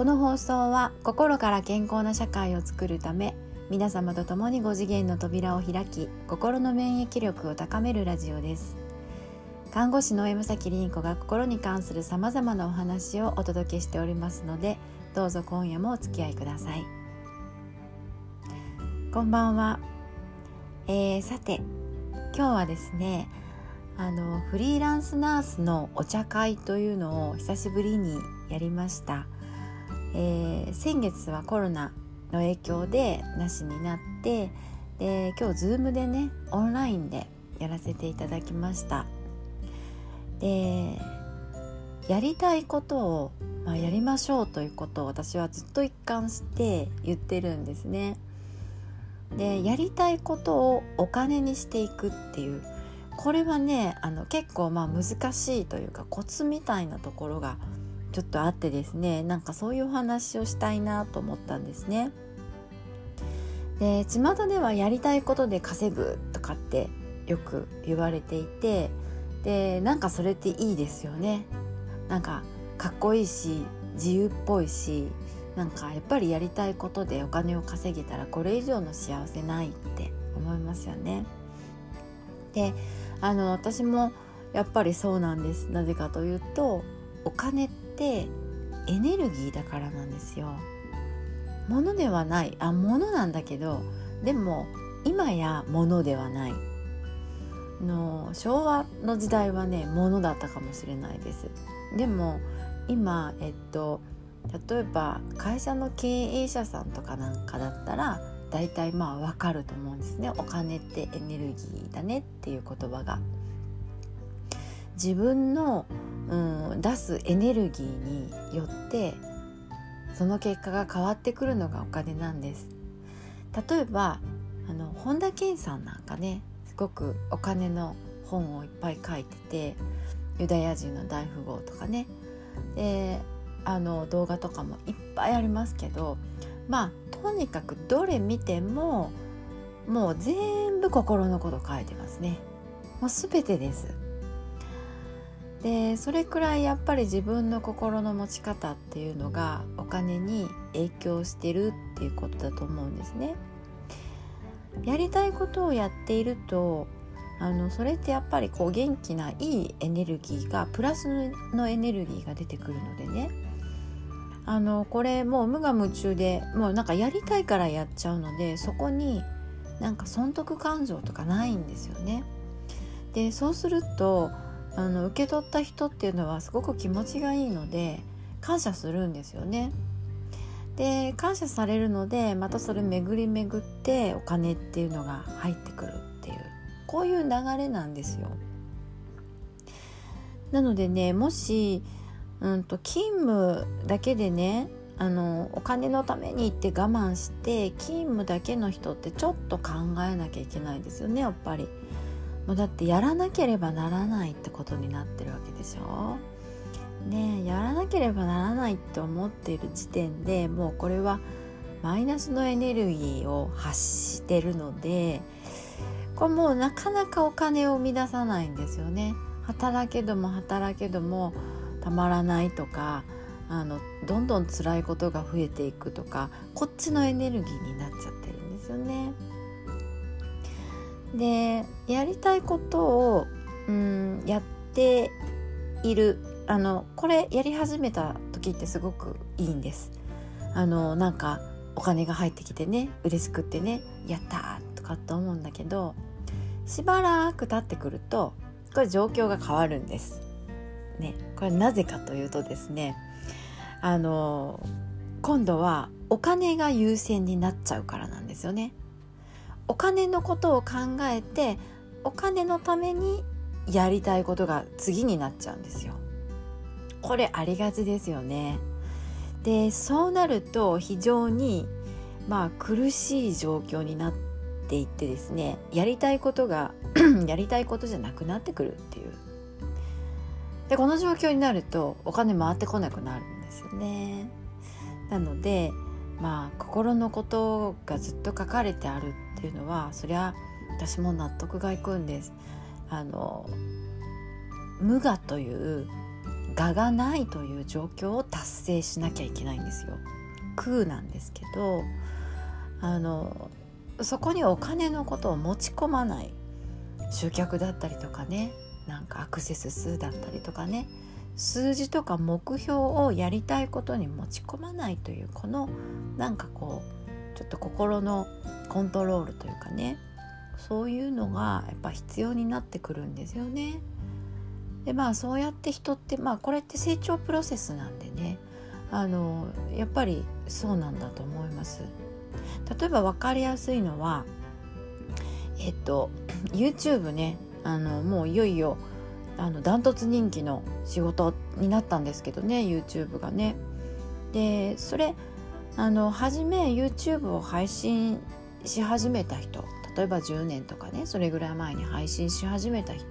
この放送は心から健康な社会を作るため、皆様と共に5次元の扉を開き、心の免疫力を高めるラジオです。看護師の山崎凛子が心に関するさまざまなお話をお届けしておりますので、どうぞ今夜もお付き合いください。こんばんは。さて今日はですね、フリーランスナースのお茶会というのを久しぶりにやりました。先月はコロナの影響でなしになって、で今日 Zoom でねオンラインでやらせていただきました。でやりたいことを、やりましょうということを私はずっと一貫して言ってるんですね。でやりたいことをお金にしていくっていう、これはね結構難しいというかコツみたいなところがちょっとあってですね、なんかそういうお話をしたいなと思ったんですね。で巷ではやりたいことで稼ぐとかってよく言われていて、でなんかそれっていいですよね。なんかかっこいいし自由っぽいし、なんかやっぱりやりたいことでお金を稼げたらこれ以上の幸せないって思いますよね。で私もやっぱりそうなんです。なぜかというと、お金ってエネルギーだからなんですよ。物ではない、物なんだけど、でも今や物ではない。昭和の時代はね物だったかもしれないです。でも今例えば会社の経営者さんとかなんかだったら大体分かると思うんですね。お金ってエネルギーだねっていう言葉が、自分の、出すエネルギーによってその結果が変わってくるのがお金なんです。例えば本田健さんなんかね、すごくお金の本をいっぱい書いてて、ユダヤ人の大富豪とかね、で動画とかもいっぱいありますけど、とにかくどれ見てももう全部心のこと書いてますね。もう全てです。でそれくらいやっぱり自分の心の持ち方っていうのがお金に影響してるっていうことだと思うんですね。やりたいことをやっているとそれってやっぱり元気ないいエネルギーが、プラスのエネルギーが出てくるのでね、これもう無我夢中でもうなんかやりたいからやっちゃうので、そこになんか損得感情とかないんですよね。でそうすると受け取った人っていうのはすごく気持ちがいいので感謝するんですよね。で感謝されるのでまたそれ巡り巡ってお金っていうのが入ってくるっていう、こういう流れなんですよ。なのでね、もし勤務だけでねお金のためにって我慢して勤務だけの人ってちょっと考えなきゃいけないですよね。やっぱりだってやらなければならないってことになってるわけでしょね。やらなければならないって思っている時点でもうこれはマイナスのエネルギーを発してるので、これもうなかなかお金を生み出さないんですよね。働けどもたまらないとか、どんどん辛いことが増えていくとか、こっちのエネルギーになっちゃってるんですよね。でやりたいことをやっているこれやり始めた時ってすごくいいんです。なんかお金が入ってきてね嬉しくってねやったーとかって思うんだけど、しばらく経ってくるとこれ状況が変わるんですね。これなぜかというとですね、今度はお金が優先になっちゃうからなんですよね。お金のことを考えてお金のためにやりたいことが次になっちゃうんですよ。これありがちですよね。でそうなると非常に苦しい状況になっていってですね、やりたいことがやりたいことじゃなくなってくるっていう。でこの状況になるとお金回ってこなくなるんですよね。なので心のことがずっと書かれてあるっていうのは、そりゃ私も納得がいくんです。無我という我我がないという状況を達成しなきゃいけないんですよ。空なんですけど、そこにお金のことを持ち込まない、集客だったりとかね、なんかアクセス数だったりとかね、数字とか目標をやりたいことに持ち込まないという、このなんかこうちょっと心のコントロールというかね、そういうのがやっぱ必要になってくるんですよね。でそうやって人って、これって成長プロセスなんでね、やっぱりそうなんだと思います。例えば分かりやすいのはYouTube ね、もういよいよダントツ人気の仕事になったんですけどね、 YouTube がね。でそれ初め YouTube を配信し始めた人、例えば10年とかね、それぐらい前に配信し始めた人って、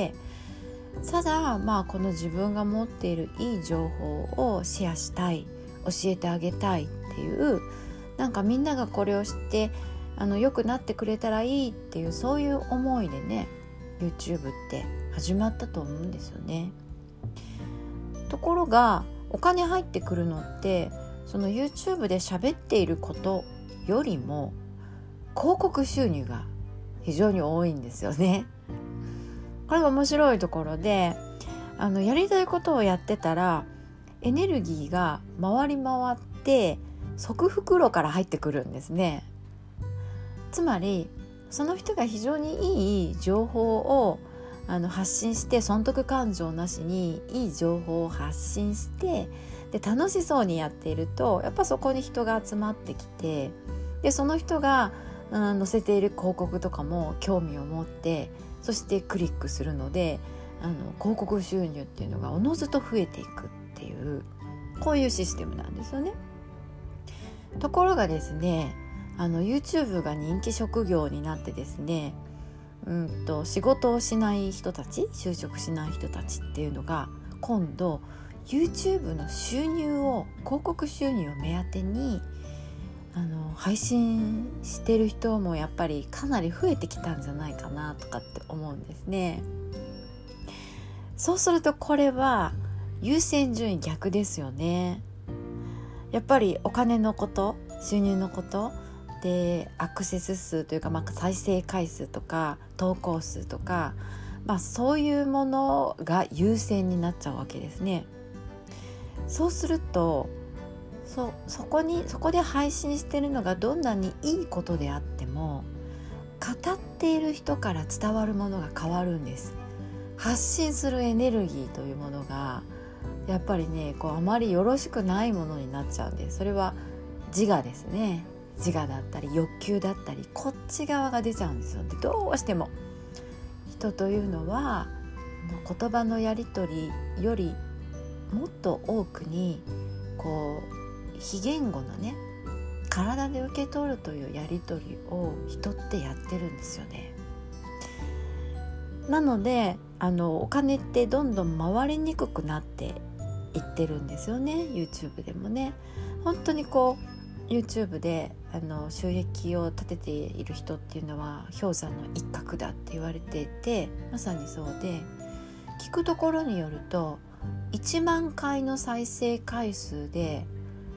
ただこの自分が持っているいい情報をシェアしたい、教えてあげたいっていう、なんかみんながこれを知って良くなってくれたらいいっていう、そういう思いでね YouTube って始まったと思うんですよね。ところがお金入ってくるのってその YouTube で喋っていることよりも広告収入が非常に多いんですよね。これが面白いところで、やりたいことをやってたらエネルギーが回り回って側袋から入ってくるんですね。つまりその人が非常にいい情報を発信して、損得感情なしにいい情報を発信して、で楽しそうにやっていると、やっぱそこに人が集まってきて、でその人が載せている広告とかも興味を持って、そしてクリックするので広告収入っていうのがおのずと増えていくっていう、こういうシステムなんですよね。ところがですね、YouTube が人気職業になってですね、仕事をしない人たち、就職しない人たちっていうのが今度 YouTube の収入を、広告収入を目当てに配信してる人もやっぱりかなり増えてきたんじゃないかなとかって思うんですね。そうするとこれは優先順位逆ですよね。やっぱりお金のこと、収入のことで、アクセス数というか、再生回数とか投稿数とか、そういうものが優先になっちゃうわけですね。そうするとそこで配信してるのがどんなにいいことであっても、語っている人から伝わるものが変わるんです。発信するエネルギーというものがやっぱりね、あまりよろしくないものになっちゃうんです。それは自我ですね。自我だったり欲求だったり、こっち側が出ちゃうんですよ。でどうしても人というのは言葉のやり取りよりもっと多くに非言語のね、体で受け取るというやり取りを人ってやってるんですよね。なのでお金ってどんどん回りにくくなっていってるんですよね。 YouTube でもね、本当にYouTube で収益を立てている人っていうのは氷山の一角だって言われていて、まさにそうで、聞くところによると1万回の再生回数で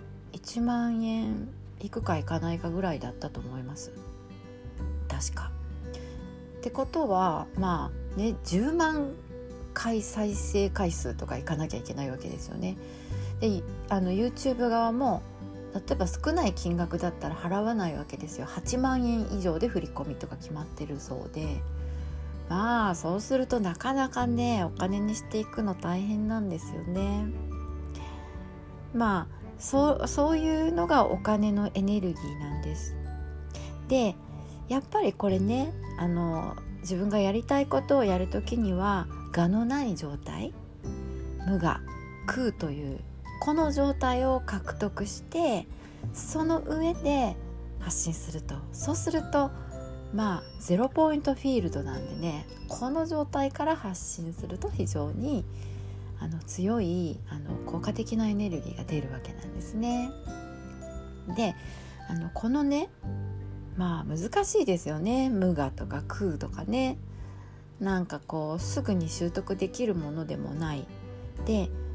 1万円いくかいかないかぐらいだったと思います、確か。ってことは10万回再生回数とかいかなきゃいけないわけですよね。でYouTube 側も例えば少ない金額だったら払わないわけですよ。8万円以上で振り込みとか決まってるそうで、そうするとなかなかね、お金にしていくの大変なんですよね。そういうのがお金のエネルギーなんです。でやっぱりこれね、自分がやりたいことをやるときには我のない状態、無我、空というこの状態を獲得して、その上で発信すると、そうするとゼロポイントフィールドなんでね、この状態から発信すると非常に強い効果的なエネルギーが出るわけなんですね。でこのね、難しいですよね。無我とか空とかね、すぐに習得できるものでもない。で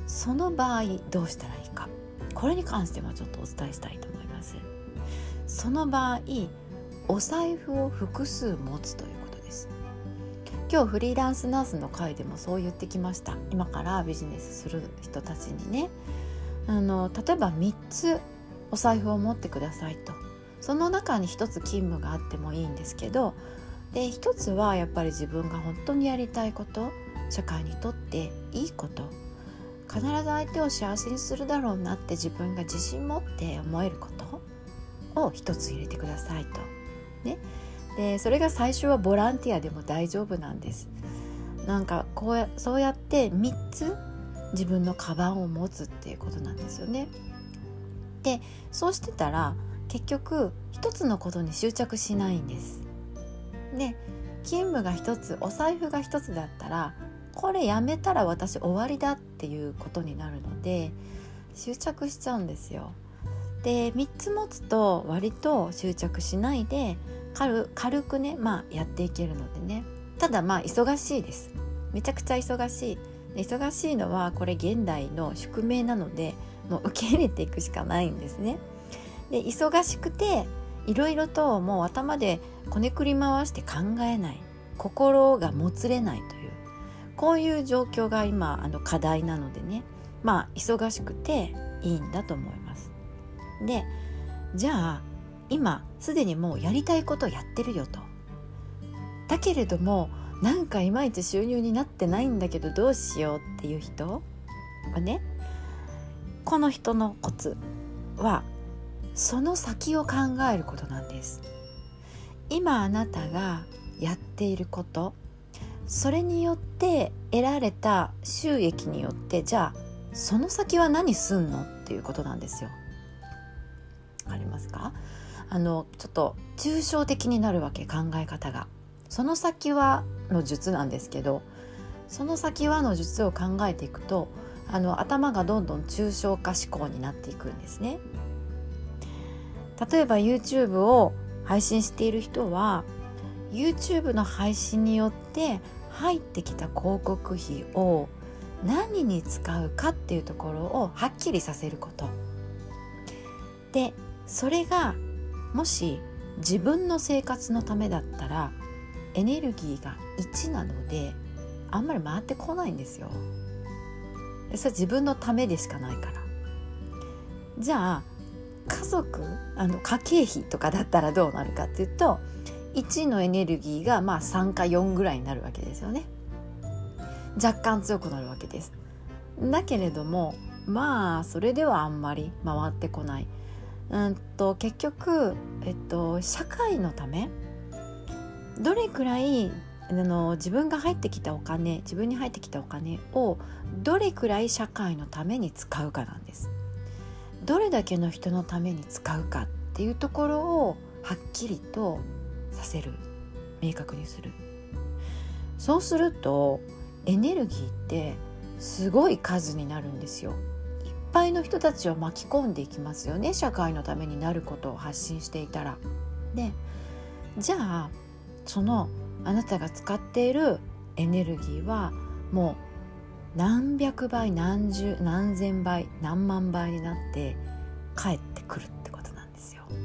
その場合どうしたらいいか、これに関してはちょっとお伝えしたいと思います。その場合、お財布を複数持つということです。今日フリーランスナースの会でもそう言ってきました。今からビジネスする人たちにね、例えば3つお財布を持ってくださいと。その中に1つ勤務があってもいいんですけど、で1つはやっぱり自分が本当にやりたいこと、社会にとっていいこと、必ず相手を幸せにするだろうなって自分が自信持って思えることを1つ入れてくださいと、ね。でそれが最初はボランティアでも大丈夫なんです。なんかそうやって3つ自分のカバンを持つっていうことなんですよね。でそうしてたら結局1つのことに執着しないんです。で勤務が1つ、お財布が1つだったら、これやめたら私終わりだっていうことになるので執着しちゃうんですよ。で3つ持つと割と執着しないで軽くね、やっていけるのでね。ただ忙しいです。めちゃくちゃ忙しい。忙しいのはこれ現代の宿命なので、もう受け入れていくしかないんですね。で忙しくていろいろともう頭でこねくり回して考えない、心がもつれないという、こういう状況が今課題なのでね、忙しくていいんだと思います。でじゃあ今すでにもうやりたいことをやってるよと。だけれどもなんかいまいち収入になってないんだけどどうしようっていう人はね、この人のコツはその先を考えることなんです。今あなたがやっていること、それによって得られた収益によって、じゃあその先は何すんのっていうことなんですよ。ありますか？ちょっと抽象的になるわけ、考え方が。その先はの術なんですけど、その先はの術を考えていくと頭がどんどん抽象化思考になっていくんですね。例えば YouTube を配信している人は YouTube の配信によって入ってきた広告費を何に使うかっていうところをはっきりさせることで、それがもし自分の生活のためだったらエネルギーが1なのであんまり回ってこないんですよ。それ自分のためでしかないから。じゃあ家族家計費とかだったらどうなるかっていうと、1のエネルギーが3か4ぐらいになるわけですよね。若干強くなるわけです。だけれどもそれではあんまり回ってこない。結局、社会のため、どれくらい自分に入ってきたお金をどれくらい社会のために使うかなんです。どれだけの人のために使うかっていうところをはっきりとさせる、明確にする。そうするとエネルギーってすごい数になるんですよ。いっぱいの人たちを巻き込んでいきますよね、社会のためになることを発信していたら。でじゃあそのあなたが使っているエネルギーはもう何百倍何千倍何万倍になって返ってくるってことなんですよ。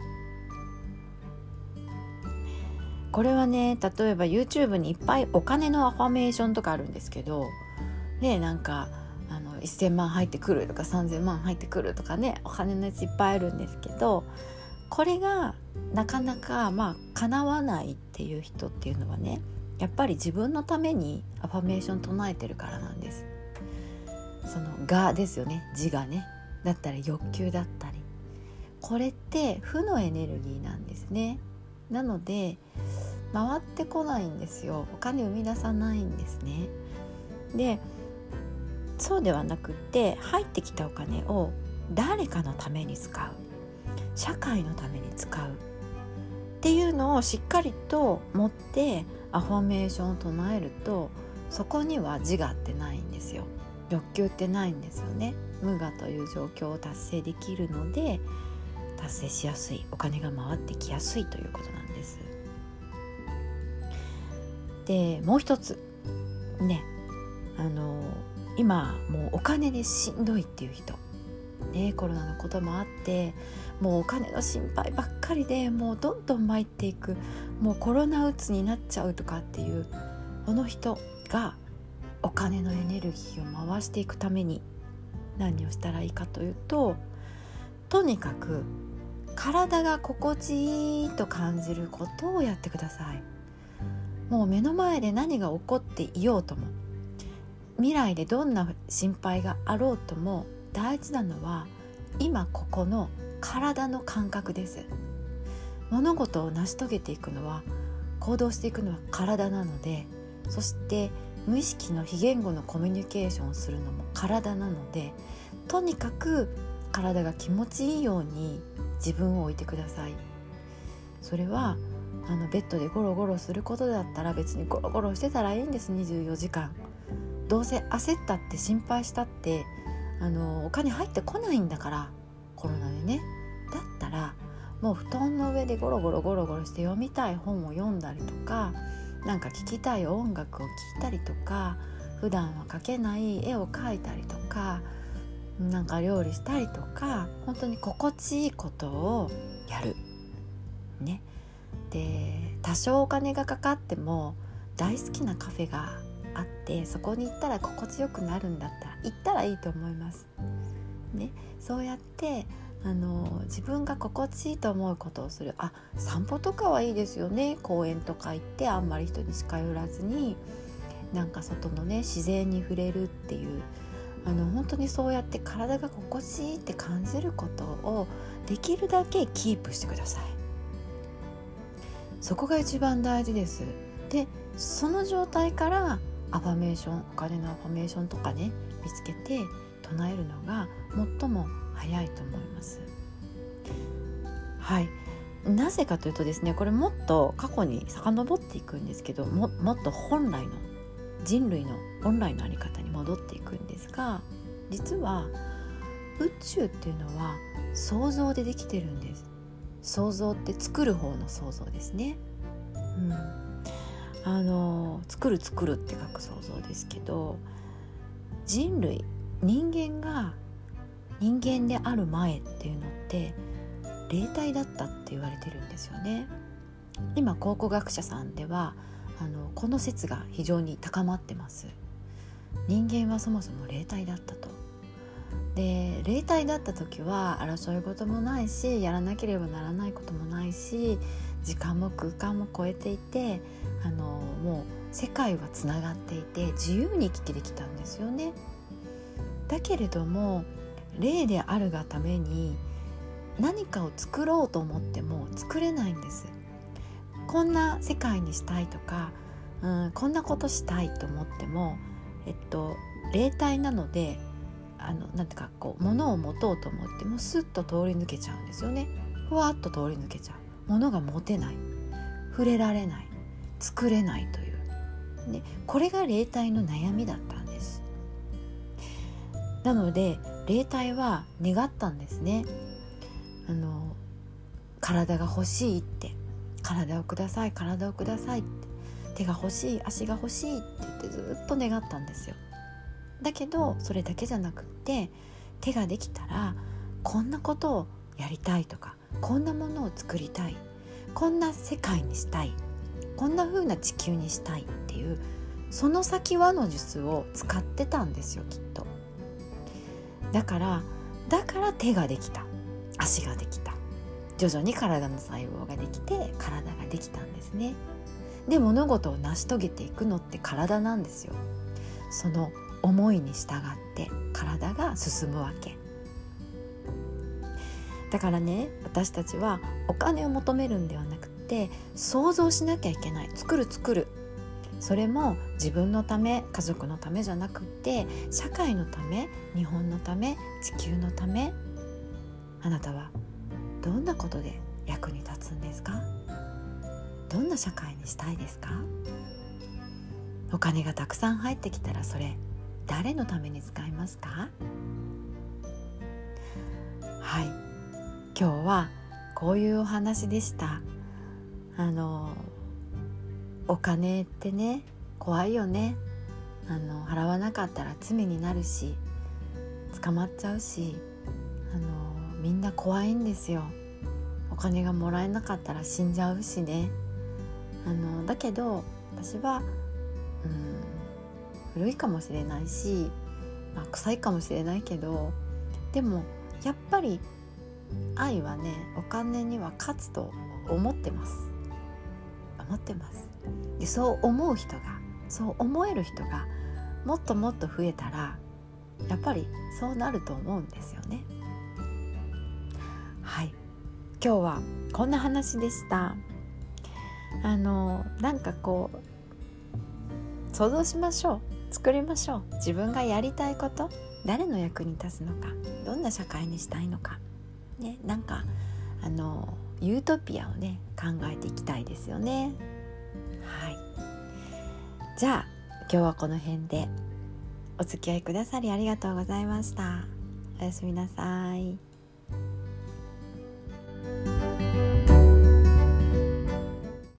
これはね、例えば YouTube にいっぱいお金のアファメーションとかあるんですけどね、なんか1000万入ってくるとか3000万入ってくるとかね、お金のやついっぱいあるんですけど、これがなかなか叶わないっていう人っていうのはね、やっぱり自分のためにアファメーション唱えてるからなんです。その我ですよね、自我ね、だったり欲求だったり、これって負のエネルギーなんですね。なので回ってこないんですよ。お金生み出さないんですね。でそうではなくって、入ってきたお金を誰かのために使う、社会のために使うっていうのをしっかりと持ってアファメーションを唱えると、そこには自我ってないんですよ。欲求ってないんですよね。無我という状況を達成できるので、達成しやすい、お金が回ってきやすいということなんです。でもう一つね、 今もうお金でしんどいっていう人、コロナのこともあってもうお金の心配ばっかりでもうどんどん参っていく、もうコロナうつになっちゃうとかっていうこの人がお金のエネルギーを回していくために何をしたらいいかというと、とにかく体が心地いいと感じることをやってください。もう目の前で何が起こっていようとも、未来でどんな心配があろうとも、大事なのは今ここの体の感覚です。物事を成し遂げていくのは、行動していくのは体なので、そして無意識の非言語のコミュニケーションをするのも体なので、とにかく体が気持ちいいように自分を置いてください。それはベッドでゴロゴロすることだったら別にゴロゴロしてたらいいんです。24時間どうせ焦ったって心配したってお金入ってこないんだから、コロナでね。だったらもう布団の上でゴロゴロゴロゴロして読みたい本を読んだりとか、なんか聴きたい音楽を聴いたりとか、普段は描けない絵を描いたりとか、なんか料理したりとか、本当に心地いいことをやるね。で、多少お金がかかっても大好きなカフェがあって、そこに行ったら心地よくなるんだったら行ったらいいと思いますね。そうやって自分が心地いいと思うことをする。散歩とかはいいですよね。公園とか行ってあんまり人に近寄らずに、なんか外のね自然に触れるっていう、本当にそうやって体が心地いいって感じることをできるだけキープしてください。そこが一番大事です。で、その状態からアファメーション、お金のアファメーションとかね見つけて唱えるのが最も早いと思います。はい、なぜかというとですね、これもっと過去に遡っていくんですけど、もっと本来の人類の本来の在り方に戻っていくんですが、実は宇宙っていうのは想像でできてるんです。想像って作る方の想像ですね。作るって書く想像ですけど、人類、人間が人間である前っていうのって霊体だったって言われてるんですよね。今考古学者さんではこの説が非常に高まってます。人間はそもそも霊体だったと。で、霊体だった時は争い事もないし、やらなければならないこともないし、時間も空間も超えていて、もう世界はつながっていて自由に行き来できたんですよね。だけれども霊であるがために何かを作ろうと思っても作れないんです。こんな世界にしたいとか、こんなことしたいと思っても、霊体なのでなんていうか物を持とうと思ってもスッと通り抜けちゃうんですよね。ふわっと通り抜けちゃう。物が持てない、触れられない、作れないという、ね、これが霊体の悩みだったんです。なので霊体は願ったんですね。体が欲しいって、体をください、体をくださいって、手が欲しい、足が欲しいって言ってずっと願ったんですよ。だけどそれだけじゃなくって、手ができたらこんなことをやりたいとか、こんなものを作りたい、こんな世界にしたい、こんな風な地球にしたいっていう、その先はの術を使ってたんですよ、きっと。だから手ができた、足ができた、徐々に体の細胞ができて体ができたんですね。で、物事を成し遂げていくのって体なんですよ。その思いに従って体が進むわけだからね、私たちはお金を求めるんではなくて想像しなきゃいけない。作る。それも自分のため、家族のためじゃなくて社会のため、日本のため、地球のため。あなたはどんなことで役に立つんですか？どんな社会にしたいですか？お金がたくさん入ってきたらそれ誰のために使いますか？はい、今日はこういうお話でした。お金ってね、怖いよね。 払わなかったら罪になるし捕まっちゃうし、みんな怖いんですよ。お金がもらえなかったら死んじゃうしね。だけど私は古いかもしれないし、臭いかもしれないけど、でもやっぱり愛はね、お金には勝つと思ってます。で、そう思う人が、そう思える人がもっともっと増えたら、やっぱりそうなると思うんですよね。はい、今日はこんな話でした。なんかこう想像しましょう。作りましょう。自分がやりたいこと、誰の役に立つのか、どんな社会にしたいのか、ね、なんかユートピアをね考えていきたいですよね。はい、じゃあ今日はこの辺で。お付き合いくださりありがとうございました。おやすみなさい。